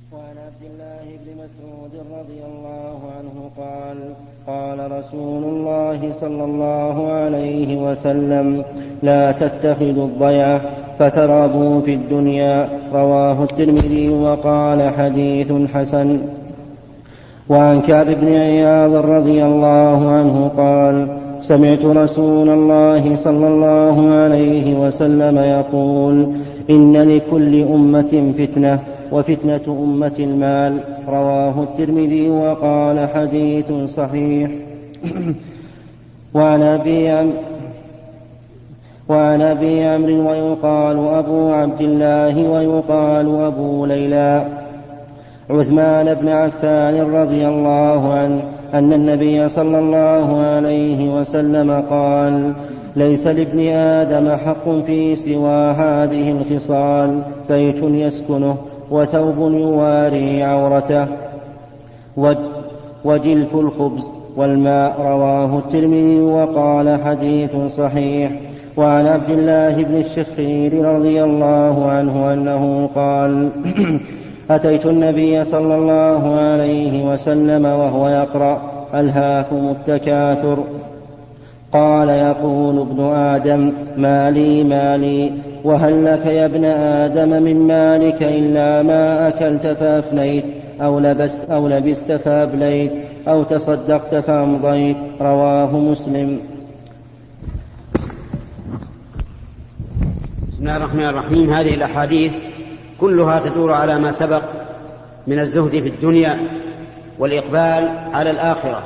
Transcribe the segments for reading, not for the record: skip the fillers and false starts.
وعن عبد الله بن مسعود رضي الله عنه قال قال رسول الله صلى الله عليه وسلم لا تتخذوا الضيعة فترابوا في الدنيا. رواه الترمذي وقال حديث حسن. وعن كعب بن عياض رضي الله عنه قال سمعت رسول الله صلى الله عليه وسلم يقول إن لكل أمة فتنة وفتنة أمة المال. رواه الترمذي وقال حديث صحيح. وعن أبي عمرو ويقال أبو عبد الله ويقال أبو ليلى عثمان بن عفان رضي الله عنه أن النبي صلى الله عليه وسلم قال ليس لابن آدم حق في سوى هذه الخصال بيت يسكنه وثوب يواري عورته وجلف الخبز والماء. رواه الترمذي وقال حديث صحيح. وعن عبد الله بن الشخير رضي الله عنه أنه قال أتيت النبي صلى الله عليه وسلم وهو يقرأ ألهاكم التكاثر. قال يقول ابن آدم مالي مالي وهل لك يا ابن آدم من مالك إلا ما أكلت فأفنيت أو لبست فأبليت أو تصدقت فأمضيت. رواه مسلم. بسم الله الرحمن الرحيم. هذه الأحاديث كلها تدور على ما سبق من الزهد في الدنيا والإقبال على الآخرة.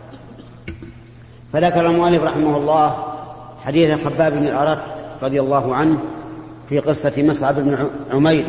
فذكر المؤلف رحمه الله حديث خباب بن الأرت رضي الله عنه في قصة مصعب بن عمير،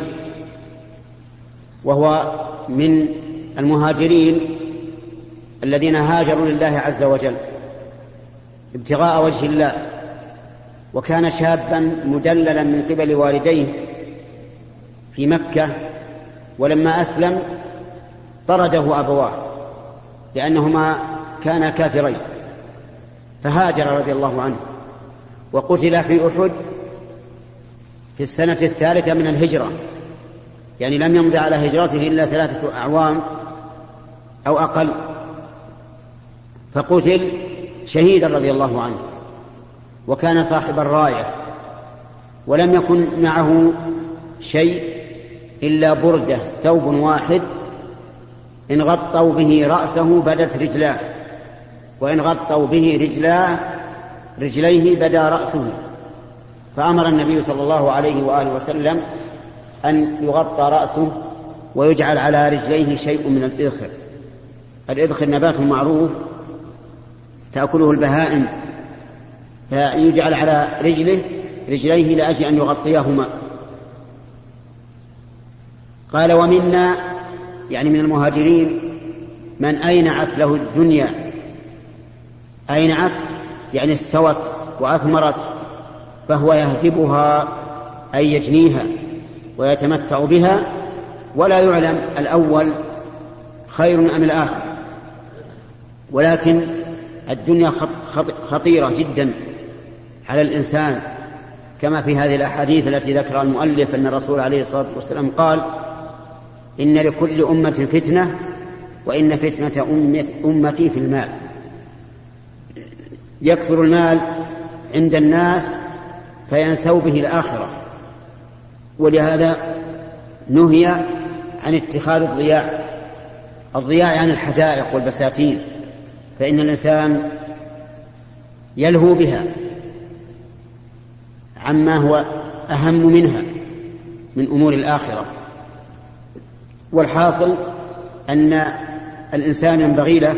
وهو من المهاجرين الذين هاجروا لله عز وجل ابتغاء وجه الله، وكان شابا مدللا من قبل والديه في مكة، ولما أسلم طرده أبواه لأنهما كانا كافرين، فهاجر رضي الله عنه وقتل في أحد في السنة 3 من الهجرة، يعني لم يمضي على هجرته إلا 3 أعوام أو أقل، فقتل شهيدا رضي الله عنه، وكان صاحب الراية، ولم يكن معه شيء إلا بردة ثوب واحد إن غطوا به رأسه بدت رجلاه، وإن غطوا به رجليه بدا رأسه. فأمر النبي صلى الله عليه وآله وسلم أن يغطى رأسه ويجعل على رجليه شيء من الإذخر. الإذخر نبات معروف تأكله البهائم، فيجعل على رجليه لأجل أن يغطيهما. قال ومنا، يعني من المهاجرين، من أينعت له الدنيا، أينعت يعني استوت وأثمرت، فهو يهدبها أي يجنيها ويتمتع بها، ولا يعلم الأول خير أم الآخر. ولكن الدنيا خطيرة جدا على الإنسان، كما في هذه الأحاديث التي ذكر المؤلف أن الرسول عليه الصلاة والسلام قال إن لكل أمة فتنة وإن فتنة أمتي في المال. يكثر المال عند الناس فينسوا به الآخرة، ولهذا نهي عن اتخاذ الضياع عن الحدائق والبساتين، فإن الإنسان يلهو بها عما هو أهم منها من أمور الآخرة. والحاصل أن الإنسان ينبغي له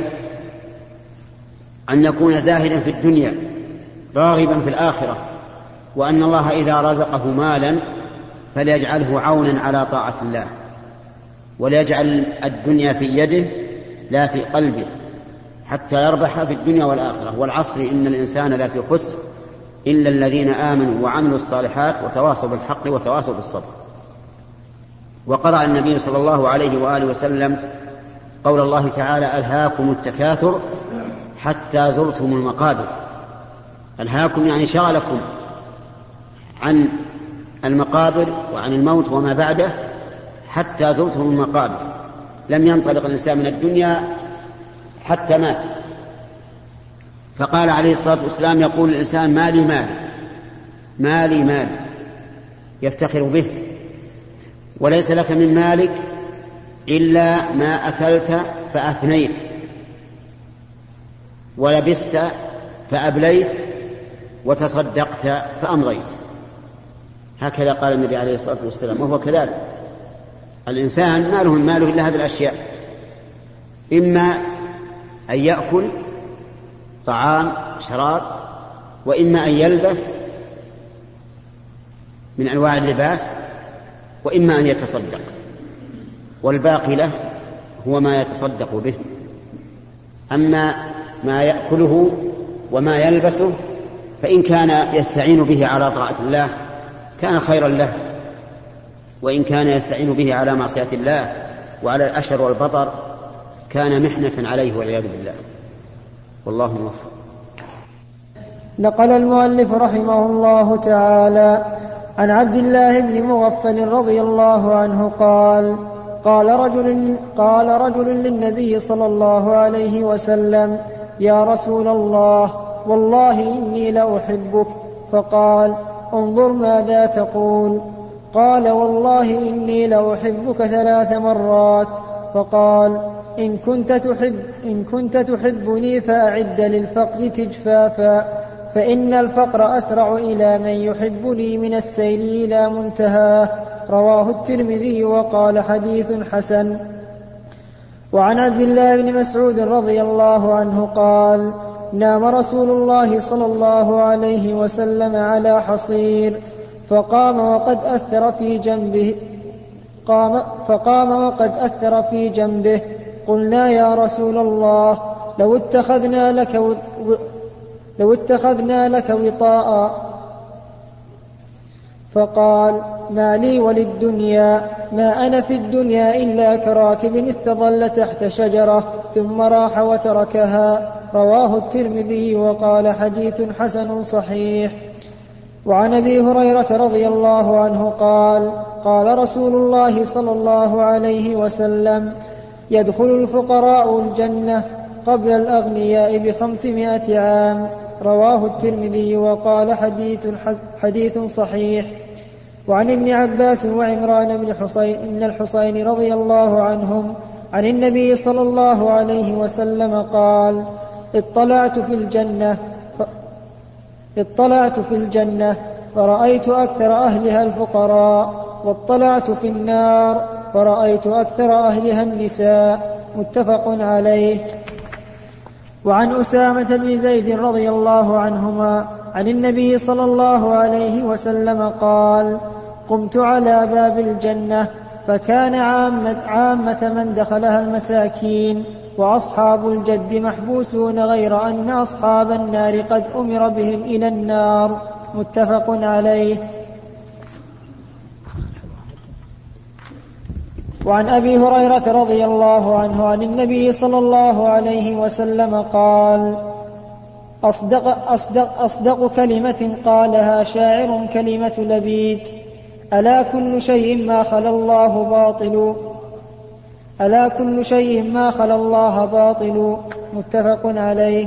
أن يكون زاهدا في الدنيا راغبا في الآخرة، وأن الله إذا رزقه مالا فليجعله عونا على طاعة الله، وليجعل الدنيا في يده لا في قلبه، حتى يربح في الدنيا والآخرة. والعصر إن الإنسان لا في خسر إلا الذين آمنوا وعملوا الصالحات وتواصوا بالحق وتواصوا بالصبر. وقرأ النبي صلى الله عليه وآله وسلم قول الله تعالى ألهاكم التكاثر حتى زرتم المقابر. ألهاكم يعني شغلكم عن المقابر وعن الموت وما بعده حتى زرتهم المقابر، لم ينطلق الإنسان من الدنيا حتى مات. فقال عليه الصلاة والسلام: يقول الإنسان: مالي مال، مالي مال، يفتخر به، وليس لك من مالك إلا ما أكلت فأفنيت، ولبست فأبليت، وتصدقت فأمضيت. هكذا قال النبي عليه الصلاة والسلام. وهو كذلك، الإنسان ما له من ماله إلا هذه الأشياء: إما أن يأكل طعام شراب، وإما أن يلبس من أنواع اللباس، وإما أن يتصدق، والباقي له هو ما يتصدق به. أما ما يأكله وما يلبسه فإن كان يستعين به على طاعة الله كان خيرا له، وإن كان يستعين به على معصية الله وعلى الأشر والبطر كان محنة عليه والعياذ بالله. والله موفق. نقل المؤلف رحمه الله تعالى عن عبد الله بن مغفل رضي الله عنه قال رجل للنبي صلى الله عليه وسلم: يا رسول الله، والله إني لأحبك. فقال: انظر ماذا تقول. قال: والله إني لأحبك 3 مرات. فقال: إن كنت تحبني فأعد للفقر تجفافا، فإن الفقر أسرع إلى من يحبني من السيل إلى منتهاه. رواه الترمذي وقال: حديث حسن. وعن عبد الله بن مسعود رضي الله عنه قال: نام رسول الله صلى الله عليه وسلم على حصير، فقام وقد أثر في جنبه. قلنا: يا رسول الله، لو اتخذنا لك وطاء. فقال: ما لي وللدنيا، ما أنا في الدنيا إلا كراكب استظل تحت شجرة ثم راح وتركها. رواه الترمذي وقال: حديث حسن صحيح. وعن أبي هريرة رضي الله عنه قال رسول الله صلى الله عليه وسلم: يدخل الفقراء الجنة قبل الأغنياء ب500 عام. رواه الترمذي وقال: حديث صحيح. وعن ابن عباس وعمران بن الحصين رضي الله عنهم عن النبي صلى الله عليه وسلم قال: اطلعت في الجنة فرأيت أكثر أهلها الفقراء، واطلعت في النار فرأيت أكثر أهلها النساء. متفق عليه. وعن أسامة بن زيد رضي الله عنهما عن النبي صلى الله عليه وسلم قال: قمت على باب الجنة فكان عامة من دخلها المساكين، وأصحاب الجد محبوسون، غير أن أصحاب النار قد أمر بهم إلى النار. متفق عليه. وعن أبي هريرة رضي الله عنه عن النبي صلى الله عليه وسلم قال: أصدق كلمة قالها شاعر كلمة لبيد: ألا كل شيء ما خلا الله باطل. متفق عليه.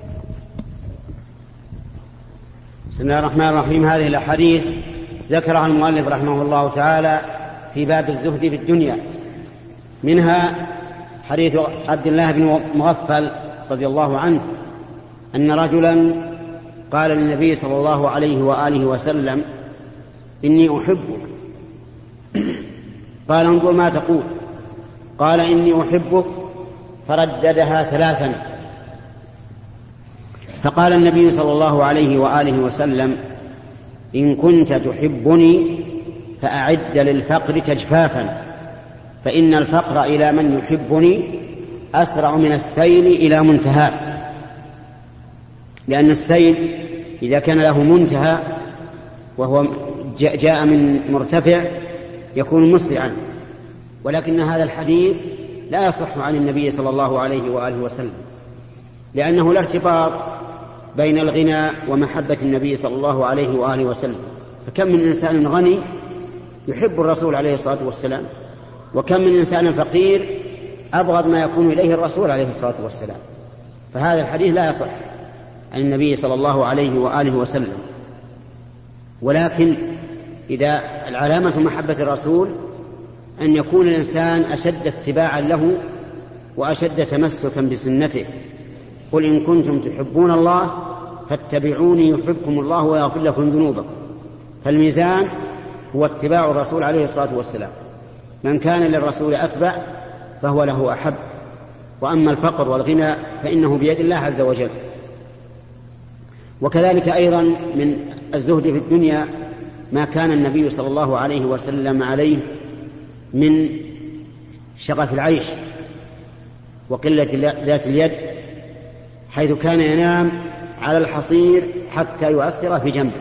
بسم الله الرحمن الرحيم. هذه الأحاديث ذكرها المؤلف رحمه الله تعالى في باب الزهد في الدنيا. منها حديث عبد الله بن مغفل رضي الله عنه أن رجلا قال للنبي صلى الله عليه وآله وسلم: إني أحبك. قال: انظر ما تقول. قال: إني أحبك. فرددها 3. فقال النبي صلى الله عليه وآله وسلم: إن كنت تحبني فأعد للفقر تجفافا، فإن الفقر إلى من يحبني أسرع من السيل إلى منتهى. لأن السيل إذا كان له منتهى وهو جاء من مرتفع يكون مسرعا، ولكن هذا الحديث لا يصح عن النبي صلى الله عليه وآله وسلم، لأنه لا ارتباط بين الغنى ومحبة النبي صلى الله عليه وآله وسلم. فكم من إنسان غني يحب الرسول عليه الصلاة والسلام وكم من إنسان فقير أبغض ما يكون إليه الرسول عليه الصلاة والسلام. فهذا الحديث لا يصح عن النبي صلى الله عليه وآله وسلم. ولكن إذا العلامة محبة الرسول أن يكون الإنسان أشد اتباعا له وأشد تمسكا بسنته. قل إن كنتم تحبون الله فاتبعوني يحبكم الله ويغفر لكم ذنوبكم. فالميزان هو اتباع الرسول عليه الصلاة والسلام. من كان للرسول أتبع فهو له أحب. وأما الفقر والغنى فإنه بيد الله عز وجل. وكذلك أيضا من الزهد في الدنيا ما كان النبي صلى الله عليه وسلم عليه من شغف العيش وقلة ذات اليد، حيث كان ينام على الحصير حتى يؤثر في جنبه،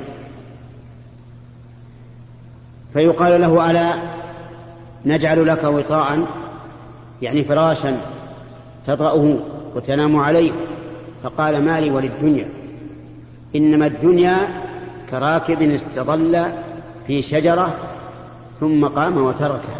فيقال له: ألا نجعل لك وطاء، يعني فراشا تطأه وتنام عليه؟ فقال: ما لي وللدنيا، إنما الدنيا كراكب استظل في شجرة ثم قام وتركها.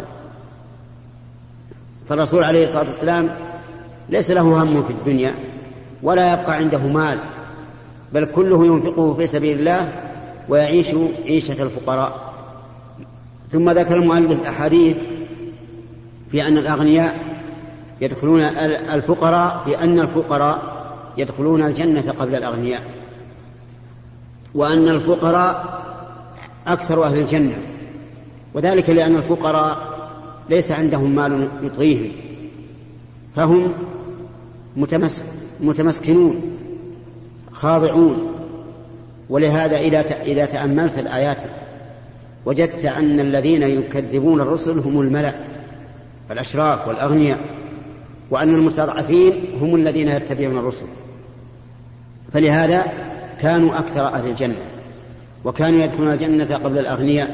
فالرسول عليه الصلاة والسلام ليس له هم في الدنيا ولا يبقى عنده مال، بل كله ينفقه في سبيل الله ويعيش عيشة الفقراء. ثم ذكر المؤلف أحاديث في أن الأغنياء يدخلون الفقراء، في أن الفقراء يدخلون الجنة قبل الأغنياء، وأن الفقراء أكثر أهل الجنة، وذلك لأن الفقراء ليس عندهم مال يطغيهم، فهم متمسكنون خاضعون. ولهذا إذا تأملت الآيات وجدت أن الذين يكذبون الرسل هم الملأ الأشراف والأغنياء، وأن المستضعفين هم الذين يتبعون الرسل. فلهذا كانوا أكثر أهل الجنة، وكانوا يدخلون الجنة قبل الأغنياء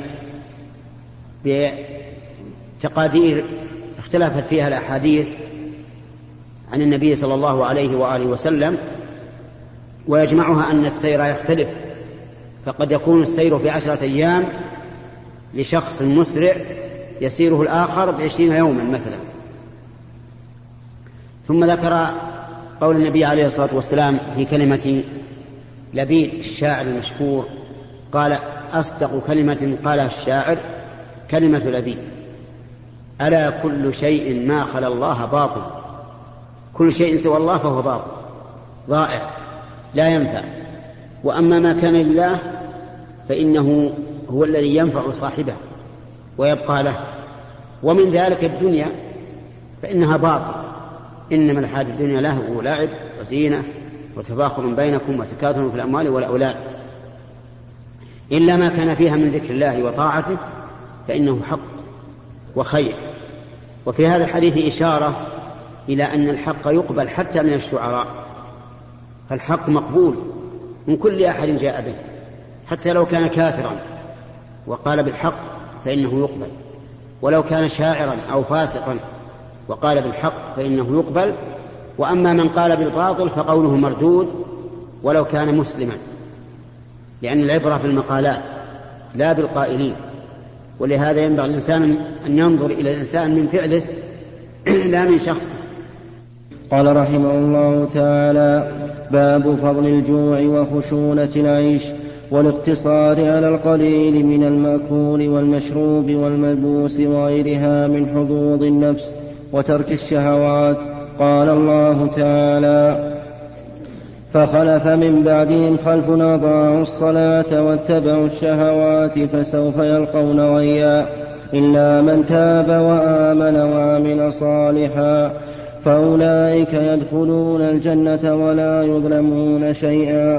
بتقادير اختلفت فيها الأحاديث عن النبي صلى الله عليه وآله وسلم، ويجمعها أن السير يختلف، فقد يكون السير في 10 أيام لشخص مسرع يسيره الآخر ب20 يوما مثلا. ثم ذكر قول النبي عليه الصلاة والسلام في كلمة لبيد الشاعر المشهور، قال: أصدق كلمة قالها الشاعر كلمة لبيد: ألا كل شيء ما خلا الله باطل. كل شيء سوى الله فهو باطل ضائع لا ينفع، وأما ما كان لله فإنه هو الذي ينفع صاحبه ويبقى له. ومن ذلك الدنيا فإنها باطل، إنما الحياة الدنيا لهو ولعب وزينة وتفاخر بينكم وتكاثر في الأموال والأولاد، إلا ما كان فيها من ذكر الله وطاعته فإنه حق وخير. وفي هذا الحديث إشارة إلى أن الحق يقبل حتى من الشعراء، فالحق مقبول من كل أحد جاء به، حتى لو كان كافرا وقال بالحق فإنه يقبل، ولو كان شاعرا أو فاسقا وقال بالحق فإنه يقبل. وأما من قال بالباطل فقوله مردود ولو كان مسلما، لأن العبرة بالمقالات لا بالقائلين. ولهذا ينبغي الإنسان أن ينظر إلى الإنسان من فعله لا من شخصه. قال رحمه الله تعالى: باب فضل الجوع وخشونة العيش والاقتصار على القليل من المأكول والمشروب والملبوس وغيرها من حظوظ النفس وترك الشهوات. قال الله تعالى: فخلف من بعدهم خلف أضاعوا الصلاة واتبعوا الشهوات فسوف يلقون غيا إلا من تاب وآمن وعمل صالحا فأولئك يدخلون الجنة ولا يظلمون شيئا.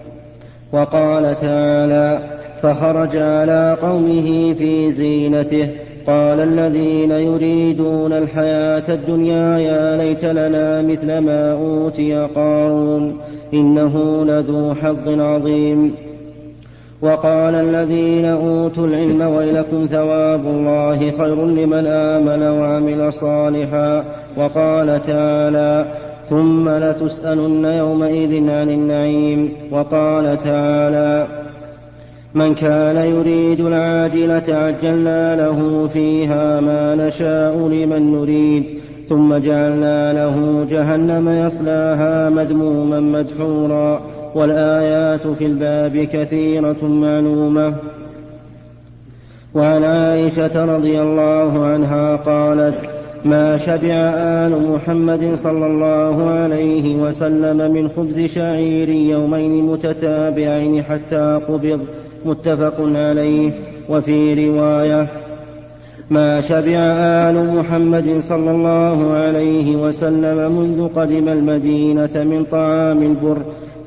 وقال تعالى: فخرج على قومه في زينته قال الذين يريدون الحياة الدنيا يا ليت لنا مثل ما أوتي قارون إنه لذو حظ عظيم. وقال الذين أوتوا العلم ويلكم ثواب الله خير لمن آمن وعمل صالحا. وقال تعالى: ثم لتسألن يومئذ عن النعيم. وقال تعالى: من كان يريد العاجلة عجلنا له فيها ما نشاء لمن نريد ثم جعلنا له جهنم يصلاها مذموما مدحورا. والآيات في الباب كثيرة معلومة. وعن عائشة رضي الله عنها قالت: ما شبع آل محمد صلى الله عليه وسلم من خبز شعير يومين متتابعين حتى قبض. متفق عليه. وفي رواية: ما شبع آل محمد صلى الله عليه وسلم منذ قدم المدينة من طعام البر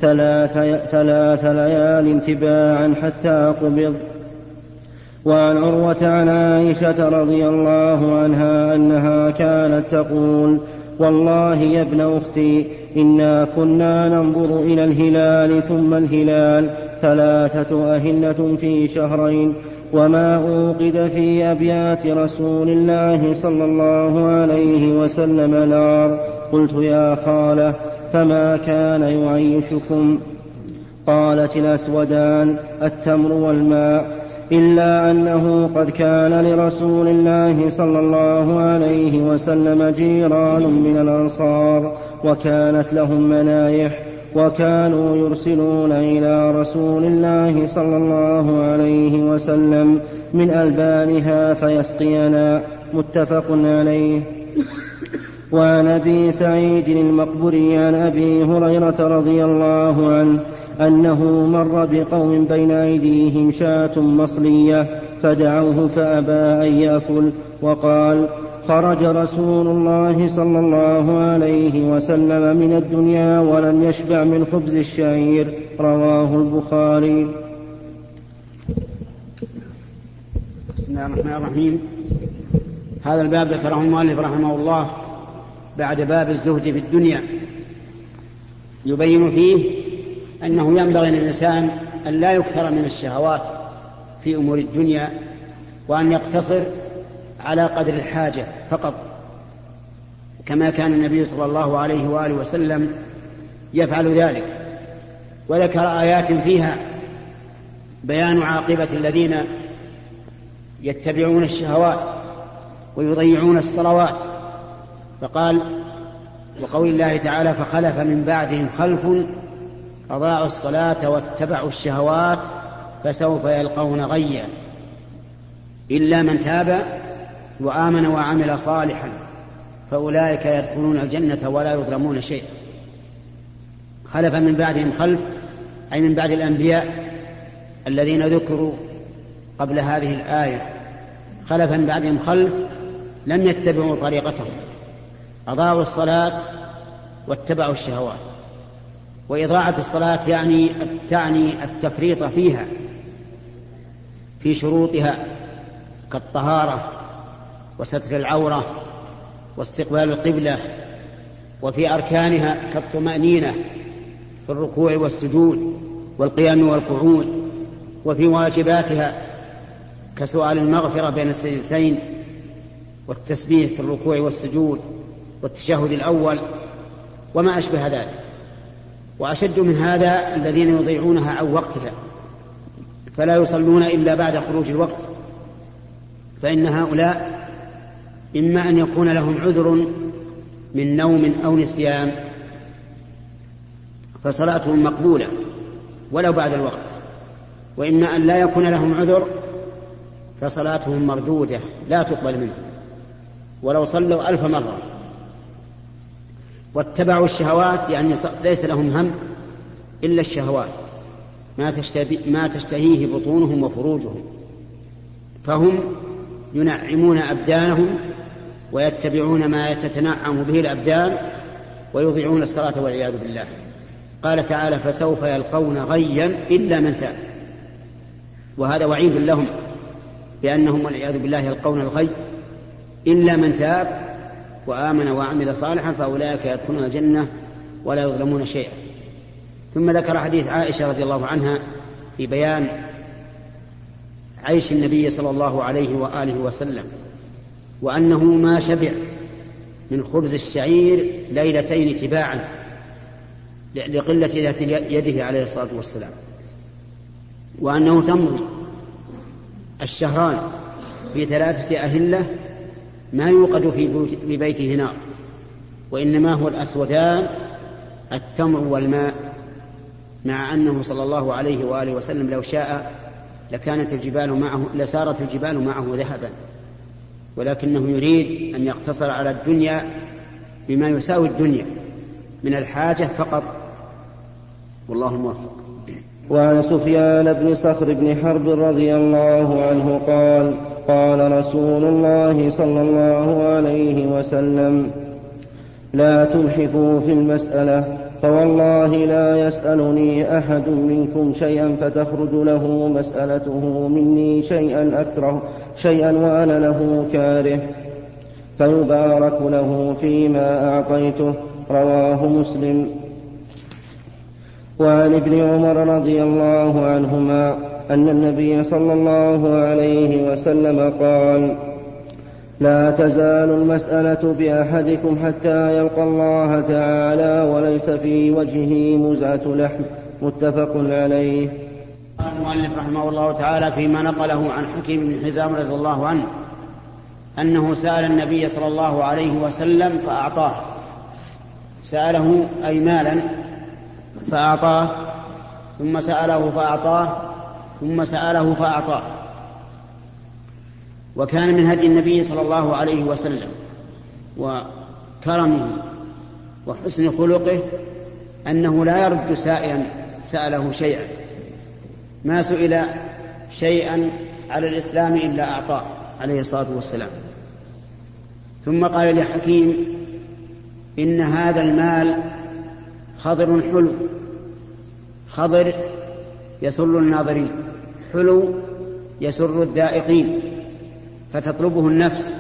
3 ليال تباعا حتى قبض. وعن عروة عن عائشة رضي الله عنها أنها كانت تقول: والله يا ابن أختي إنا كنا ننظر إلى الهلال ثم الهلال 3 أهلة في شهرين وما أوقد في أبيات رسول الله صلى الله عليه وسلم نار. قلت: يا خالة فما كان يعيشكم؟ قالت: الأسودان التمر والماء، إلا أنه قد كان لرسول الله صلى الله عليه وسلم جيران من الأنصار وكانت لهم منايح وكانوا يرسلون إلى رسول الله صلى الله عليه وسلم من ألبانها فيسقينا. متفق عليه. وعن أبي سعيد المقبري عن أبي هريرة رضي الله عنه أنه مر بقوم بين أيديهم شاة مصلية فدعوه فأبى أن يأكل وقال: خرج رسول الله صلى الله عليه وسلم من الدنيا ولم يشبع من خبز الشعير. رواه البخاري. بسم الله الرحمن الرحيم. هذا الباب ذكره المؤلف رحمه الله بعد باب الزهد في الدنيا، يبين فيه أنه ينبغي للإنسان أن لا يكثر من الشهوات في أمور الدنيا وأن يقتصر على قدر الحاجة فقط، كما كان النبي صلى الله عليه وآله وسلم يفعل ذلك. وذكر آيات فيها بيان عاقبة الذين يتبعون الشهوات ويضيعون الصلوات، فقال: وقول الله تعالى: فخلف من بعدهم خلف أضاعوا الصلاة واتبعوا الشهوات فسوف يلقون غيا إلا من تاب وآمن وعمل صالحا فأولئك يدخلون الجنة ولا يظلمون شيئا. خلف من بعدهم خلف أي من بعد الأنبياء الذين ذكروا قبل هذه الآية. خلف من بعدهم خلف لم يتبعوا طريقتهم، أضاعوا الصلاة واتبعوا الشهوات. وإضاعة الصلاة تعني التفريط فيها في شروطها كالطهارة وستر العورة واستقبال القبلة، وفي أركانها كالطمأنينة في الركوع والسجود والقيام والقعود، وفي واجباتها كسؤال المغفرة بين السجدتين والتسبيح في الركوع والسجود والتشهد الأول وما أشبه ذلك. وأشد من هذا الذين يضيعونها عن وقتها فلا يصلون إلا بعد خروج الوقت، فإن هؤلاء إما أن يكون لهم عذر من نوم أو نسيان فصلاتهم مقبولة ولو بعد الوقت، وإما أن لا يكون لهم عذر فصلاتهم مردودة لا تقبل منهم ولو صلوا 1000 مرة. واتبعوا الشهوات يعني ليس لهم هم إلا الشهوات، ما تشتهيه بطونهم وفروجهم، فهم ينعمون أبدانهم ويتبعون ما تتنعم به الأبدان ويضيعون الصلاة والعياذ بالله. قال تعالى: فسوف يلقون غيا إلا من تاب. وهذا وعيد لهم بأنهم والعياذ بالله يلقون الغي إلا من تاب وآمن وعمل صالحا فأولئك يدخلون الجنة ولا يظلمون شيئا. ثم ذكر حديث عائشة رضي الله عنها في بيان عيش النبي صلى الله عليه وآله وسلم، وأنه ما شبع من خبز الشعير ليلتين تباعا لقلة ذات يده عليه الصلاة والسلام. وأنه تمضي الشهران في 3 أهلة ما يوقد في بيته نار، وإنما هو الأسودان التمر والماء، مع أنه صلى الله عليه وآله وسلم لو شاء لسارت الجبال معه ذهبا، ولكنه يريد أن يقتصر على الدنيا بما يساوي الدنيا من الحاجة فقط، والله الموفق. وعن سفيان بن صخر بن حرب رضي الله عنه قال: قال رسول الله صلى الله عليه وسلم: لا تلحفوا في المسألة، فوالله لا يسألني أحد منكم شيئا فتخرج له مسألته مني شيئا وأنا له كاره، فيبارك له فيما أعطيته. رواه مسلم. وعن ابن عمر رضي الله عنهما أن النبي صلى الله عليه وسلم قال: لا تزال المسألة بأحدكم حتى يلقى الله تعالى وليس في وجهه مزعة لحم. متفق عليه. المؤلف رحمه الله تعالى فيما نقله عن حكيم بن حزام رضي الله عنه أنه سأل النبي صلى الله عليه وسلم فأعطاه، سأله أي مالا فأعطاه، ثم سأله فأعطاه، ثم سأله فأعطاه. وكان من هدي النبي صلى الله عليه وسلم وكرمه وحسن خلقه أنه لا يرد سائلا سأله شيئا، ما سئل شيئا على الإسلام إلا أعطاه عليه الصلاة والسلام. ثم قال لحكيم: إن هذا المال خضر حلو، خضر يسر الناظرين، حلو يسر الذائقين، فتطلبه النفس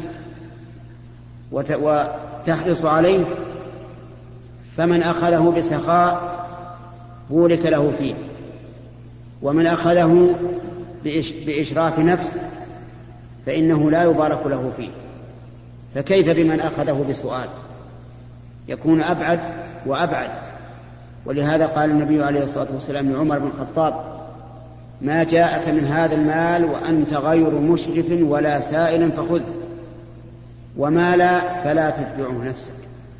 وتحرص عليه، فمن أخذه بسخاء بورك له فيه، ومن أخذه بإشراف نفس فإنه لا يبارك له فيه. فكيف بمن أخذه بسؤال؟ يكون أبعد وأبعد. ولهذا قال النبي عليه الصلاة والسلام لعمر بن الخطاب: ما جاءك من هذا المال وأنت غير مشرف ولا سائل فخذ، وما لا فلا تتبعه نفسك.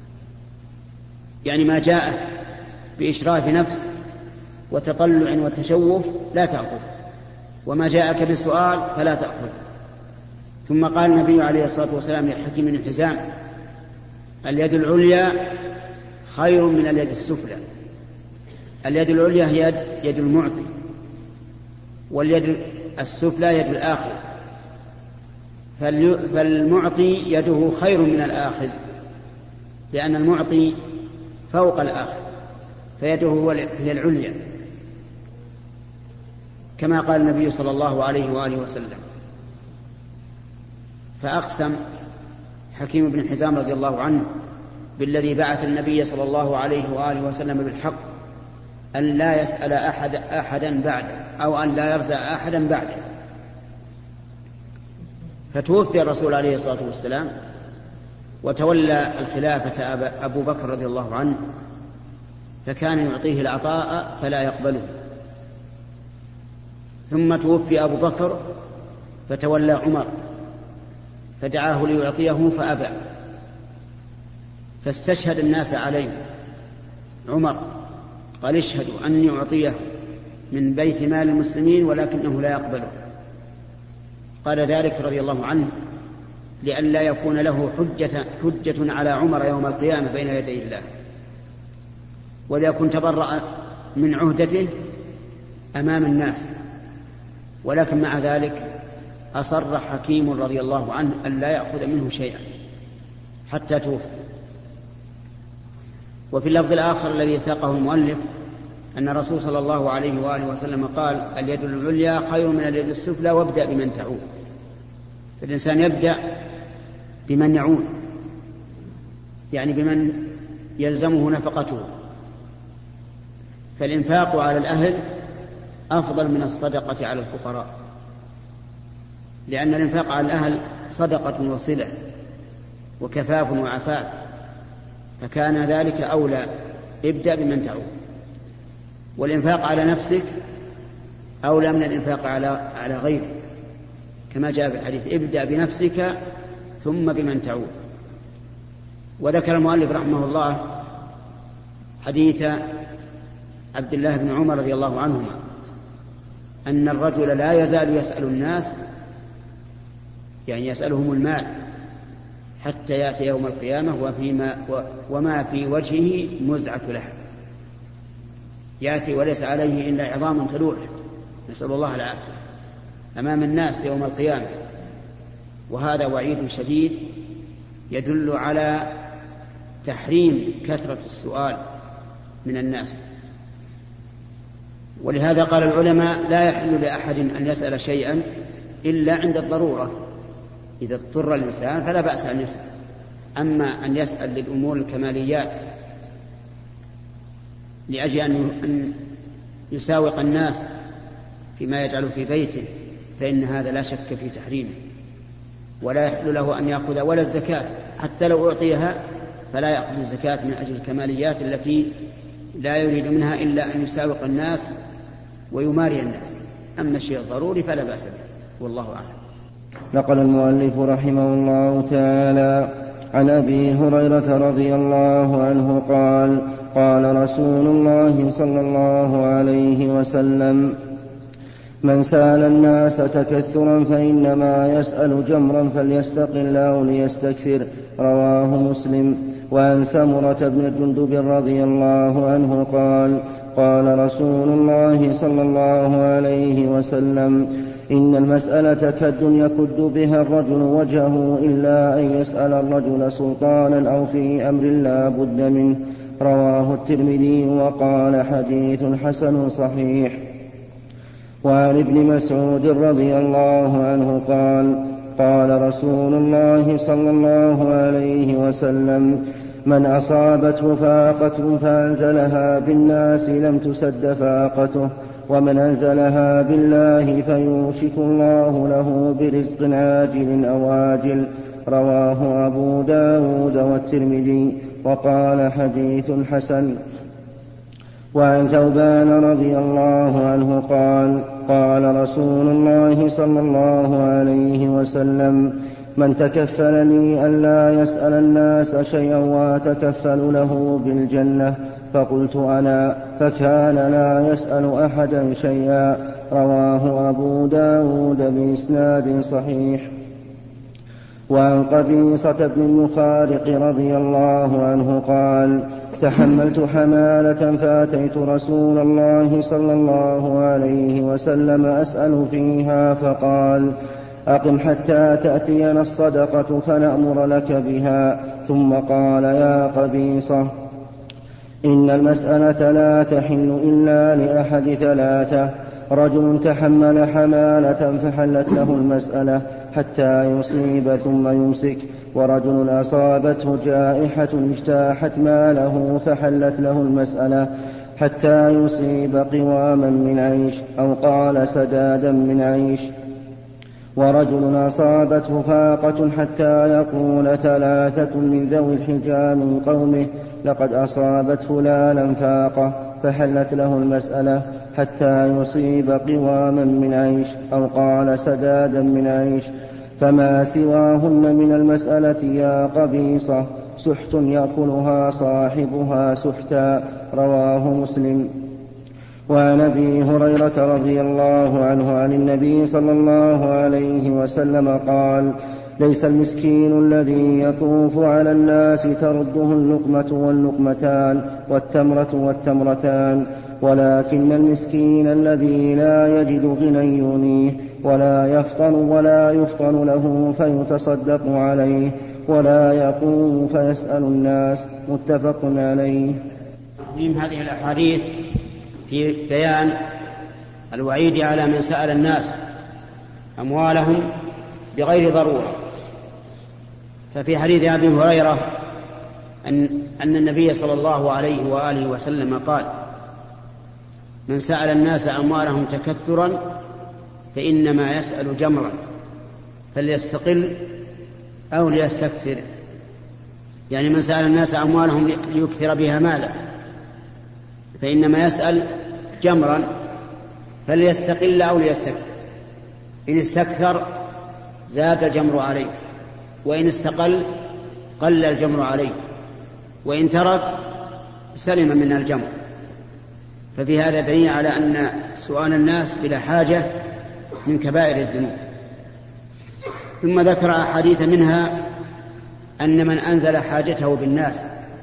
يعني ما جاءك بإشراف نفس وتطلع وتشوف لا تأخذ، وما جاءك بسؤال فلا تأخذ. ثم قال النبي عليه الصلاة والسلام لحكيم بن حزام: اليد العليا خير من اليد السفلى. اليد العليا هي يد المعطي، واليد السفلى يد الآخذ، فالمعطي يده خير من الآخذ، لأن المعطي فوق الآخذ فيده هي العليا، كما قال النبي صلى الله عليه وآله وسلم. فأقسم حكيم بن حزام رضي الله عنه بالذي بعث النبي صلى الله عليه وآله وسلم بالحق أن لا يسأل أحدا بعده، أو أن لا يرزق أحدا بعده. فتوفي الرسول عليه الصلاة والسلام، وتولى الخلافة أبو بكر رضي الله عنه، فكان يعطيه العطاء فلا يقبله. ثم توفي أبو بكر فتولى عمر، فدعاه ليعطيه فأبى، فاستشهد الناس عليه عمر، قال: اشهدوا أني أعطيه من بيت مال المسلمين ولكنه لا يقبله. قال ذلك رضي الله عنه لئلا يكون له حجة على عمر يوم القيامة بين يدي الله، وليكن تبرأ من عهدته أمام الناس. ولكن مع ذلك أصر حكيم رضي الله عنه أن لا يأخذ منه شيئا حتى توفي. وفي اللفظ الآخر الذي ساقه المؤلف أن الرسول صلى الله عليه وآله وسلم قال: اليد العليا خير من اليد السفلى، وابدأ بمن تعود. فالإنسان يبدأ بمن يعون، يعني بمن يلزمه نفقته. فالإنفاق على الأهل أفضل من الصدقة على الفقراء، لأن الإنفاق على الأهل صدقة وصلة وكفاف وعفاف، فكان ذلك أولى. ابدأ بمن تعود. والإنفاق على نفسك أولى من الإنفاق على غيرك، كما جاء في الحديث: ابدأ بنفسك ثم بمن تعود. وذكر المؤلف رحمه الله حديث عبد الله بن عمر رضي الله عنهما أن الرجل لا يزال يسأل الناس، يعني يسألهم المال، حتى يأتي يوم القيامة وما في وجهه مزعة لحم، يأتي وليس عليه إلا عظام تلوح، نسأل الله العافية، أمام الناس يوم القيامة. وهذا وعيد شديد يدل على تحريم كثرة السؤال من الناس. ولهذا قال العلماء: لا يحل لأحد أن يسأل شيئا إلا عند الضرورة، إذا اضطر الإنسان فلا بأس أن يسأل. أما أن يسأل للأمور الكماليات لأجل أن يساوق الناس فيما يجعل في بيته، فإن هذا لا شك في تحريمه. ولا يحل له أن يأخذ ولا الزكاة، حتى لو أعطيها فلا يأخذ الزكاة من أجل الكماليات التي لا يريد منها إلا أن يساوق الناس ويماري الناس. أما الشيء الضروري فلا بأس به، والله أعلم. نقل المؤلف رحمه الله تعالى عن أبي هريرة رضي الله عنه قال: قال رسول الله صلى الله عليه وسلم: من سأل الناس تكثرا فإنما يسأل جمرا فليستقل أو ليستكثر. رواه مسلم. وعن سمرة بن جندب رضي الله عنه قال: قال رسول الله صلى الله عليه وسلم: إن المسألة كد يكد بها الرجل وجهه إلا أن يسأل الرجل سلطانا أو في أمر لا بد منه. رواه الترمذي وقال: حديث حسن صحيح. وعن ابن مسعود رضي الله عنه قال: قال رسول الله صلى الله عليه وسلم: من أصابته فاقة فأنزلها بالناس لم تسد فاقته، ومن أنزلها بالله فيوشك الله له برزق عاجل أو آجل. رواه أبو داود والترمذي وقال: حديث حسن. وعن ثوبان رضي الله عنه قال: قال رسول الله صلى الله عليه وسلم: من تكفل لي ألا يسأل الناس شيئا وأتكفل له بالجنة، فقلت أنا، فكان لا يسأل أحدا شيئا. رواه أبو داود بإسناد صحيح. وعن قبيصة بن المخارق رضي الله عنه قال: تحملت حمالة فأتيت رسول الله صلى الله عليه وسلم أسأل فيها، فقال: أقم حتى تأتينا الصدقة فنأمر لك بها. ثم قال: يا قبيصة، إن المسألة لا تحل إلا لأحد ثلاثة: رجل تحمل حمالة فحلت له المسألة حتى يصيب ثم يمسك، ورجل أصابته جائحة اجتاحت ماله فحلت له المسألة حتى يصيب قواما من عيش، أو قال سدادا من عيش، ورجل أصابته فاقة حتى يقول ثلاثة من ذوي الحجى من قومه: لقد أصابت فلانا فاقة، فحلت له المسألة حتى يصيب قواما من عيش، أو قال سدادا من عيش. فما سواهن من المسألة يا قبيصة سحت يأكلها صاحبها سحتا. رواه مسلم. وعن أبي هريرة رضي الله عنه عن النبي صلى الله عليه وسلم قال: ليس المسكين الذي يطوف على الناس ترده اللقمة واللقمتان والتمرة والتمرتان، ولكن المسكين الذي لا يجد غنى يغنيه ولا يفطن له فيتصدق عليه ولا يقوم فيسأل الناس. متفق عليه. من هذه الأحاديث في بيان الوعيد على من سأل الناس أموالهم بغير ضرورة. ففي حديث أبي هريرة أن النبي صلى الله عليه وآله وسلم قال: من سأل الناس أموالهم تكثرا فإنما يسأل جمرا، فليستقل أو ليستكثر. يعني من سأل الناس أموالهم ليكثر بها مالا فإنما يسأل جمرا، فليستقل أو ليستكثر. إن استكثر زاد الجمر عليه، وإن استقل قل الجمر عليه، وإن ترك سلم من الجمر. ففي هذا دليل على أن سؤال الناس بلا حاجة من كبائر الذنوب. ثم ذكر أحاديث منها أن من أنزل حاجته بالناس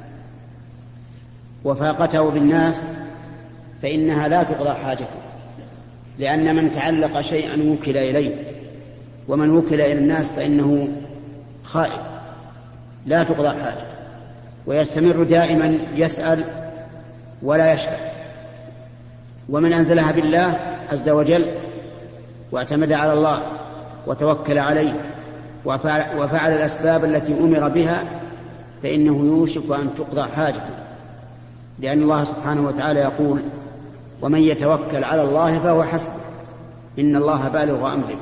وفاقته بالناس فإنها لا تقضى حاجته، لأن من تعلق شيئا وكل إليه، ومن وكل إلى الناس فإنه خائف لا تقضى حاجته، ويستمر دائما يسأل ولا يشفع. ومن أنزلها بالله عز وجل واعتمد على الله وتوكل عليه وفعل الأسباب التي أمر بها فإنه يوشك أن تقضى حاجته، لأن الله سبحانه وتعالى يقول: ومن يتوكل على الله فهو حسبه إن الله بالغ أمره.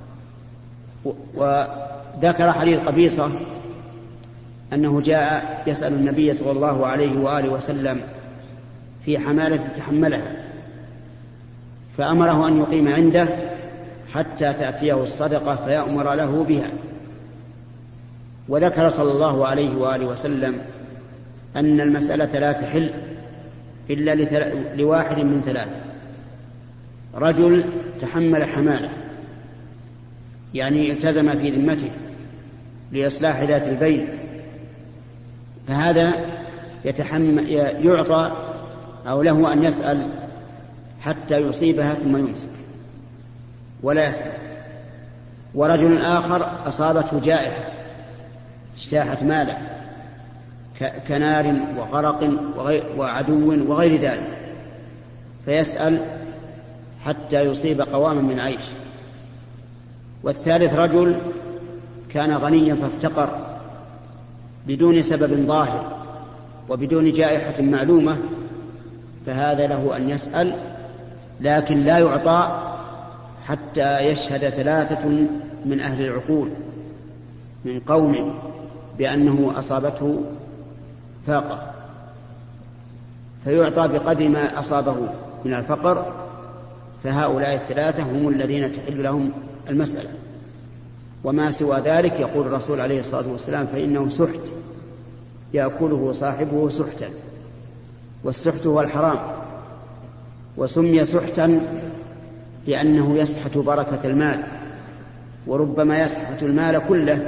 وذكر حديث قبيصة أنه جاء يسأل النبي صلى الله عليه وآله وسلم في حمالة تحملها، فأمره أن يقيم عنده حتى تأتيه الصدقة فيأمر له بها. وذكر صلى الله عليه وآله وسلم أن المسألة لا تحل إلا لواحد من ثلاثة: رجل تحمل حمالة، يعني التزم في ذمته لإصلاح ذات البين، فهذا يعطى أو له أن يسأل حتى يصيبها ثم يمسك ولا يسأل. ورجل آخر أصابته جائحة اجتاحت ماله كنار وغرق وعدو وغير ذلك، فيسأل حتى يصيب قواما من عيش. والثالث رجل كان غنيا فافتقر بدون سبب ظاهر وبدون جائحة معلومة، فهذا له أن يسأل، لكن لا يعطى حتى يشهد ثلاثة من أهل العقول من قوم بأنه أصابته فاقة، فيعطى بقدر ما أصابه من الفقر. فهؤلاء الثلاثة هم الذين تحل لهم المسألة. وما سوى ذلك يقول الرسول عليه الصلاة والسلام فإنه سحت يأكله صاحبه سحتا، والسحت هو الحرام، وسمي سحتا لأنه يسحت بركة المال، وربما يسحت المال كله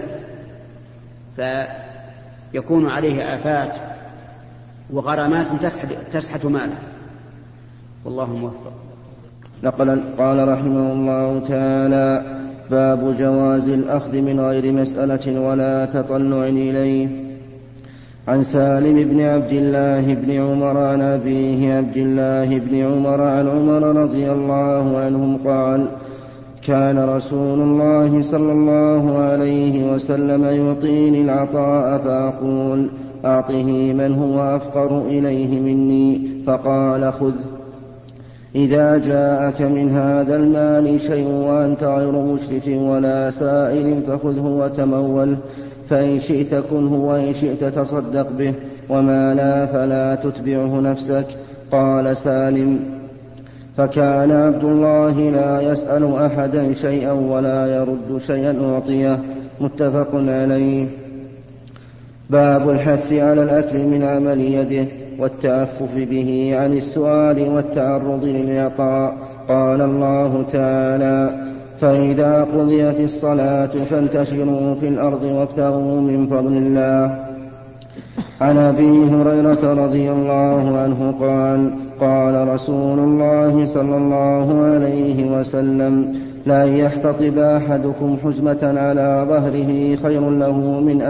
فيكون عليه آفات وغرامات تسحت ماله، والله موفق. قال رحمه الله تعالى: باب جواز الأخذ من غير مسألة ولا تطلع إليه. عن سالم بن عبد الله بن عمر عن أبيه عبد الله بن عمر عن عمر رضي الله عنهم قال: كان رسول الله صلى الله عليه وسلم يعطيني العطاء فأقول: أعطه من هو أفقر إليه مني، فقال: خذ. إذا جاءك من هذا المال شيء وأنت غير مشرف ولا سائل فخذه وتموله، فإن شئت كنه وإن شئت تصدق به، وما لا فلا تتبعه نفسك. قال سالم: فكان عبد الله لا يسأل أحدا شيئا ولا يرد شيئا أعطيه. متفق عليه. باب الحث على الأكل من عمل يده والتعفف به عن السؤال والتعرض للعطاء. قال الله تعالى: فإذا قضيت الصلاة فانتشروا في الأرض وابتغوا من فضل الله. عن أبي هريرة رضي الله عنه قال: قال رسول الله صلى الله عليه وسلم: لا يحتطب أحدكم حزمة على ظهره خير له من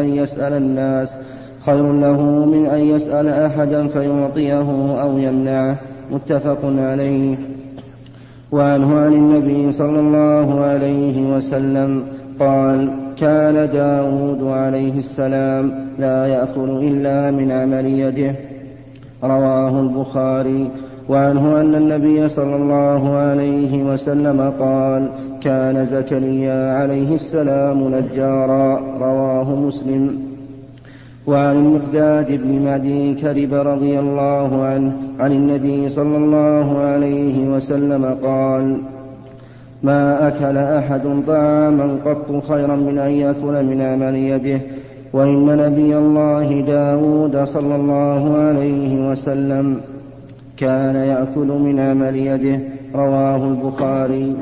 أن يسأل أحدا فيعطيه أو يمنعه. متفق عليه. وعنه عن النبي صلى الله عليه وسلم قال: كان داود عليه السلام لا يأكل إلا من عمل يده. رواه البخاري. وعنه أن النبي صلى الله عليه وسلم قال: كان زكريا عليه السلام نجارا. رواه مسلم. وعن المقداد بن معدي كرب رضي الله عنه عن النبي صلى الله عليه وسلم قال: ما أكل أحد طعاما قط خيرا من أن يأكل من عمل يده، وإن نبي الله داود صلى الله عليه وسلم كان يأكل من عمل يده. رواه البخاري.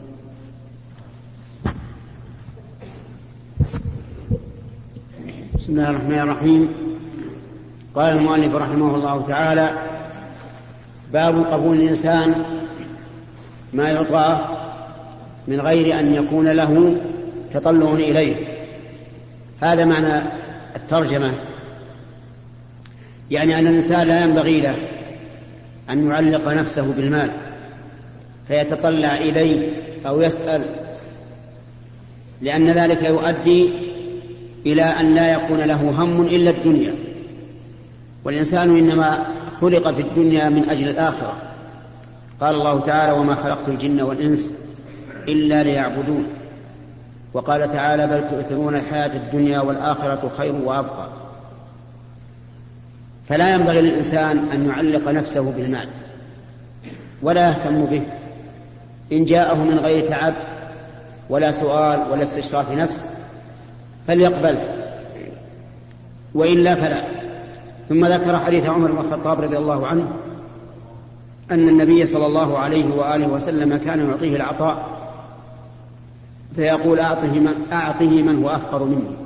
بسم الله الرحمن الرحيم. قال المؤلف رحمه الله تعالى: باب قبول الإنسان ما يعطاه من غير أن يكون له تطلع إليه. هذا معنى الترجمة، يعني أن الإنسان لا ينبغي له أن يعلق نفسه بالمال فيتطلع إليه أو يسأل، لأن ذلك يؤدي إلى أن لا يكون له هم إلا الدنيا، والإنسان إنما خلق في الدنيا من أجل الآخرة. قال الله تعالى: وما خلقت الجن والإنس إلا ليعبدون. وقال تعالى: بل تؤثرون الحياة الدنيا والآخرة خير وأبقى. فلا ينبغي للإنسان أن يعلق نفسه بالمال ولا يهتم به، إن جاءه من غير تعب ولا سؤال ولا استشراف نفس فليقبل، وإلا فلا. ثم ذكر حديث عمر بن الخطاب رضي الله عنه أن النبي صلى الله عليه وآله وسلم كان يعطيه العطاء فيقول: أعطه من هو أفقر مني.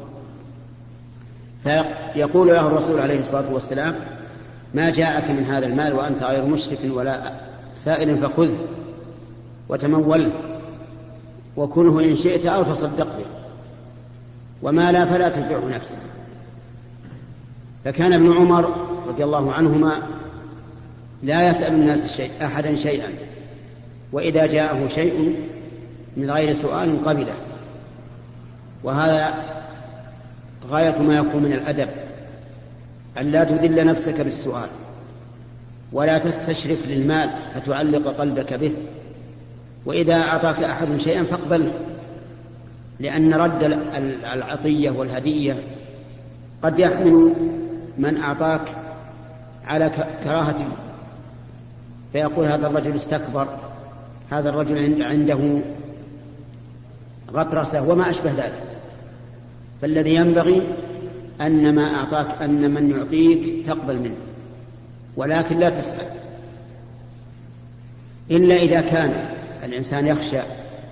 فيقول له الرسول عليه الصلاة والسلام: ما جاءك من هذا المال وأنت غير مشرك ولا سائل فخذه وتموله وكله إن شئت أو تصدق به، وما لا فلا تتبعه نفسك. فكان ابن عمر رضي الله عنهما لا يسأل الناس أحدا شيئا، وإذا جاءه شيء من غير سؤال قبله. وهذا غاية ما يكون من الأدب، أن لا تذل نفسك بالسؤال ولا تستشرف للمال فتعلق قلبك به. وإذا أعطاك أحد شيئا فاقبله، لأن رد العطية والهدية قد يحمل من أعطاك على كراهة، فيقول: هذا الرجل استكبر، هذا الرجل عنده غطرسة وما أشبه ذلك. فالذي ينبغي أن ما أعطاك أن من يعطيك تقبل منه، ولكن لا تسأل، إلا إذا كان الإنسان يخشى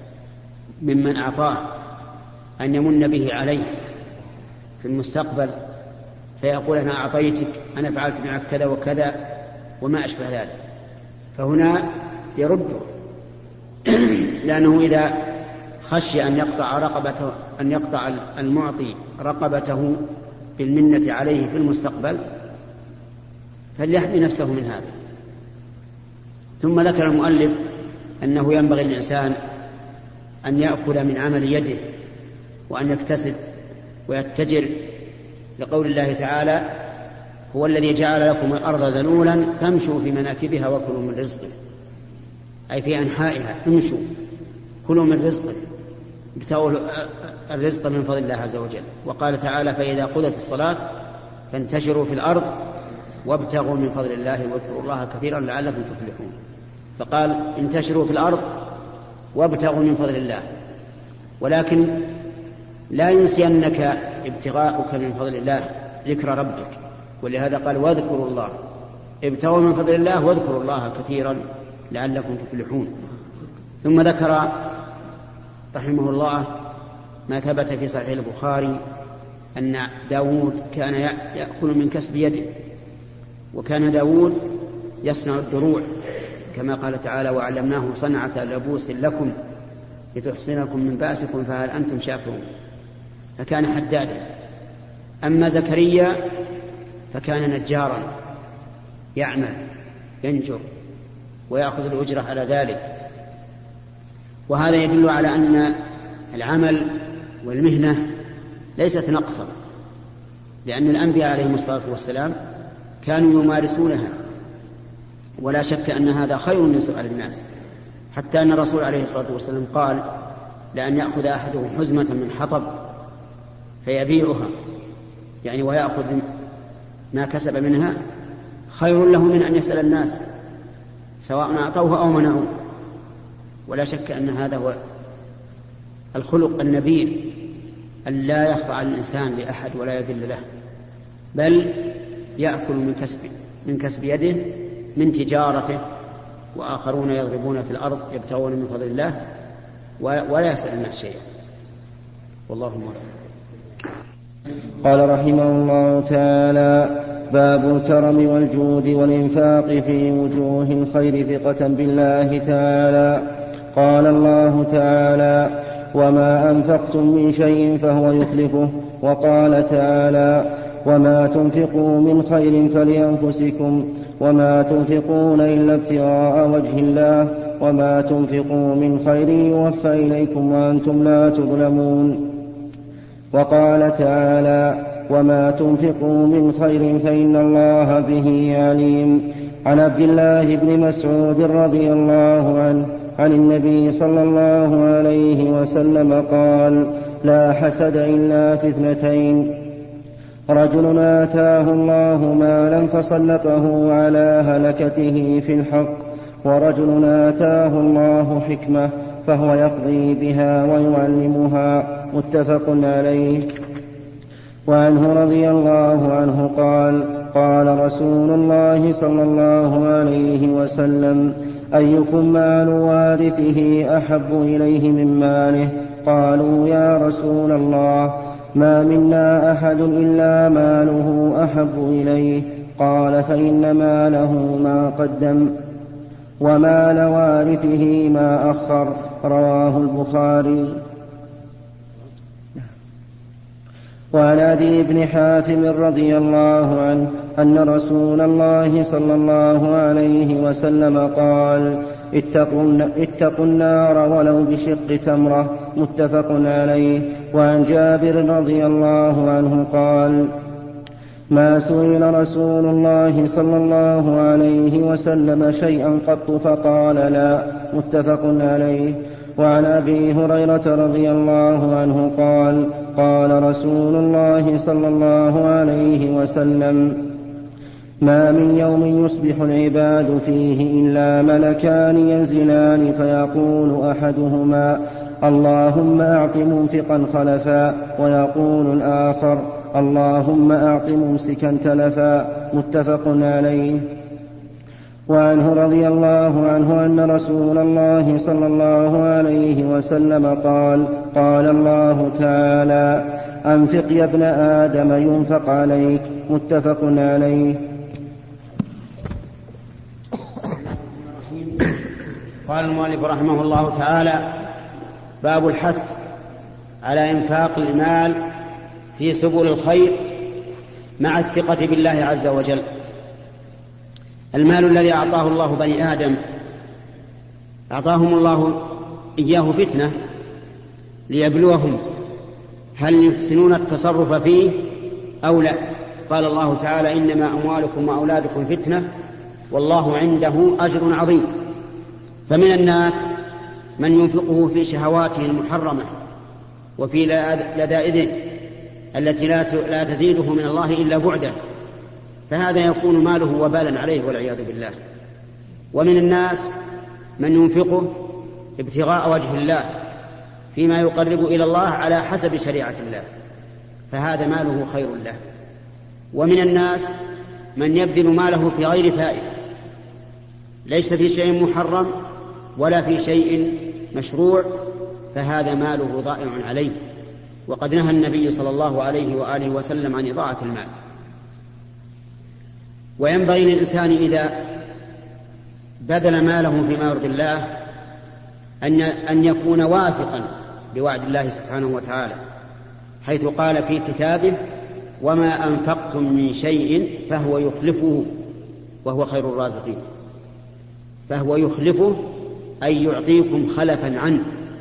ممن أعطاه أن يمن به عليه في المستقبل، فيقول: أنا أعطيتك، أنا فعلت معك كذا وكذا وما أشبه ذلك، فهنا يرده. لأنه إذا خشي أن يقطع المعطي رقبته بالمنة عليه في المستقبل فليحمي نفسه من هذا. ثم ذكر المؤلف أنه ينبغي للإنسان أن يأكل من عمل يده وأن يكتسب ويتجر، لقول الله تعالى: هو الذي جعل لكم الأرض ذلولا فامشوا في مناكبها وكلوا من رزقه، أي في أنحائها امشوا كلوا من رزقه، ابتغوا الرزق من فضل الله عز وجل. وقال تعالى: فإذا قضت الصلاة فانتشروا في الأرض وابتغوا من فضل الله واذكروا الله كثيرا لعلكم تفلحون. فقال: انتشروا في الأرض وابتغوا من فضل الله، ولكن لا ينسينك ابتغاءك من فضل الله ذكر ربك، ولهذا قال: واذكروا الله، ابتغوا من فضل الله واذكروا الله كثيرا لعلكم تفلحون. ثم ذكر رحمه الله ما ثبت في صحيح البخاري أن داود كان يأكل من كسب يده، وكان داود يصنع الدروع كما قال تعالى: وعلمناه صنعة لبوس لكم لتحصنكم من بأسكم فهل أنتم شاكرون. فكان حدادا. أما زكريا فكان نجارا يعمل ينجر ويأخذ الأجرة على ذلك. وهذا يدل على أن العمل والمهنة ليست نقصا، لأن الأنبياء عليهم الصلاة والسلام كانوا يمارسونها، ولا شك أن هذا خير من سؤال الناس، حتى أن الرسول عليه الصلاة والسلام قال: لأن يأخذ أحدهم حزمة من حطب فيبيعها يعني ويأخذ ما كسب منها خير له من أن يسأل الناس سواء أعطوه أو منعوه. ولا شك أن هذا هو الخلق النبيل، أن لا يخضع الإنسان لأحد ولا يذل له، بل يأكل من كسب يده من تجارته، وآخرون يضربون في الأرض يبتغون من فضل الله ولا يسأل الناس شيئا. والله موفق. قال رحمه الله تعالى: باب الكرم والجود والإنفاق في وجوه الخير ثقة بالله تعالى. قال الله تعالى: وما أنفقتم من شيء فهو يخلفه. وقال تعالى: وما تنفقوا من خير فلأنفسكم وما تنفقون إلا ابتغاء وجه الله وما تنفقوا من خير يوفى إليكم وأنتم لا تظلمون. وقال تعالى: وما تنفقوا من خير فإن الله به عليم. عن عبد الله بن مسعود رضي الله عنه عن النبي صلى الله عليه وسلم قال: لا حسد إلا في اثنتين: رجل آتاه الله مالا فسلطه على هلكته في الحق، ورجل آتاه الله حكمة فهو يقضي بها ويعلمها. متفق عليه. وعنه رضي الله عنه قال: قال رسول الله صلى الله عليه وسلم: أيكم مال وارثه أحب إليه من ماله؟ قالوا: يا رسول الله، ما منا أحد إلا ماله أحب إليه. قال: فإن ماله ما قدم ومال وارثه ما أخر. رواه البخاري. وعن عدي بن حاتم رضي الله عنه أن رسول الله صلى الله عليه وسلم قال: اتقوا النار ولو بشق تمرة. متفق عليه. وعن جابر رضي الله عنه قال: ما سئل رسول الله صلى الله عليه وسلم شيئا قط فقال لا. متفق عليه. وعن أبي هريرة رضي الله عنه قال: قال رسول الله صلى الله عليه وسلم: ما من يوم يصبح العباد فيه إلا ملكان ينزلان فيقول أحدهما: اللهم أعط منفقا خلفا، ويقول الآخر: اللهم أعط ممسكا تلفا. متفق عليه. وعنه رضي الله عنه أن رسول الله صلى الله عليه وسلم قال: قال الله تعالى: أنفق يا ابن آدم ينفق عليك. متفق عليه. قال المؤلف رحمه الله تعالى: باب الحث على إنفاق المال في سبل الخير مع الثقة بالله عز وجل. المال الذي أعطاه الله بني آدم أعطاهم الله إياه فتنة ليبلوهم هل يحسنون التصرف فيه أو لا. قال الله تعالى: إنما أموالكم وأولادكم فتنة والله عنده أجر عظيم. فمن الناس من ينفقه في شهواته المحرمة وفي لذائذه التي لا تزيده من الله إلا بعدا، فهذا يكون ماله وبالا عليه والعياذ بالله. ومن الناس من ينفقه ابتغاء وجه الله فيما يقرب إلى الله على حسب شريعة الله، فهذا ماله خير له. ومن الناس من يبذل ماله في غير فائدة، ليس في شيء محرم ولا في شيء مشروع، فهذا ماله ضائع عليه. وقد نهى النبي صلى الله عليه وآله وسلم عن إضاعة المال. وينبغي للإنسان إذا بذل ماله فيما يرضي الله أن يكون واثقا بوعد الله سبحانه وتعالى، حيث قال في كتابه: وما أنفقتم من شيء فهو يخلفه وهو خير الرازقين. فهو يخلفه أي يعطيكم خلفا عنه،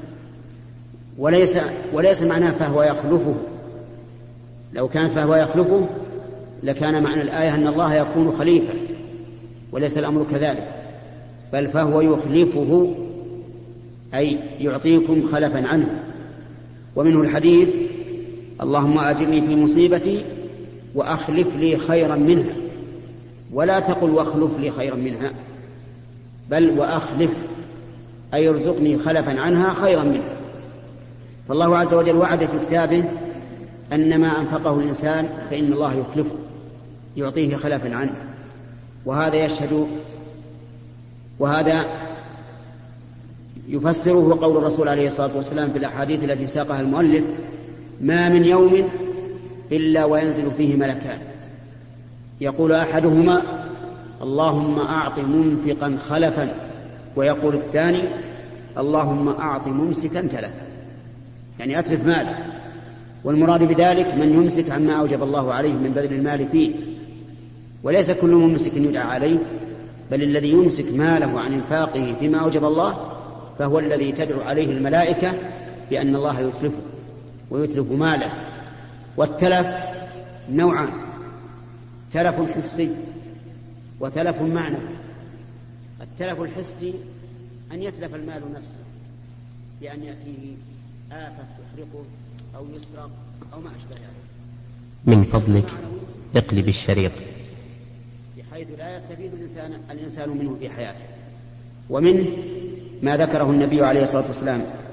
وليس معناه فهو يخلفه. لو كان فهو يخلفه لكان معنى الآية أن الله يكون خليفة، وليس الأمر كذلك، بل فهو يخلفه أي يعطيكم خلفا عنه. ومنه الحديث: اللهم أجرني في مصيبتي وأخلف لي خيرا منها، ولا تقل واخلف لي خيرا منها، بل وأخلف أي ارزقني خلفا عنها خيرا منها. فالله عز وجل وعد في كتابه أن ما أنفقه الإنسان فإن الله يخلفه يعطيه خلفا عنه. وهذا يفسره قول الرسول عليه الصلاة والسلام في الأحاديث التي ساقها المؤلف: ما من يوم إلا وينزل فيه ملكان، يقول أحدهما: اللهم أعط منفقا خلفا، ويقول الثاني: اللهم أعط ممسكا تلفا، يعني أتلف ماله. والمراد بذلك من يمسك عما أوجب الله عليه من بذل المال فيه، وليس كل ممسك يدعى عليه، بل الذي يمسك ماله عن انفاقه فيما أوجب الله فهو الذي تدعو عليه الملائكة بأن الله يتلفه ويتلف ماله. والتلف نوعان: تلف حسي وتلف معنوي. التلف الحسي أن يتلف المال نفسه بأن يأتيه آفة تحرقه أو يسرق أو ما أشبه ذلك. من فضلك اقلب الشريط، بحيث لا يستفيد الإنسان منه في حياته. ومنه ما ذكره النبي عليه الصلاة والسلام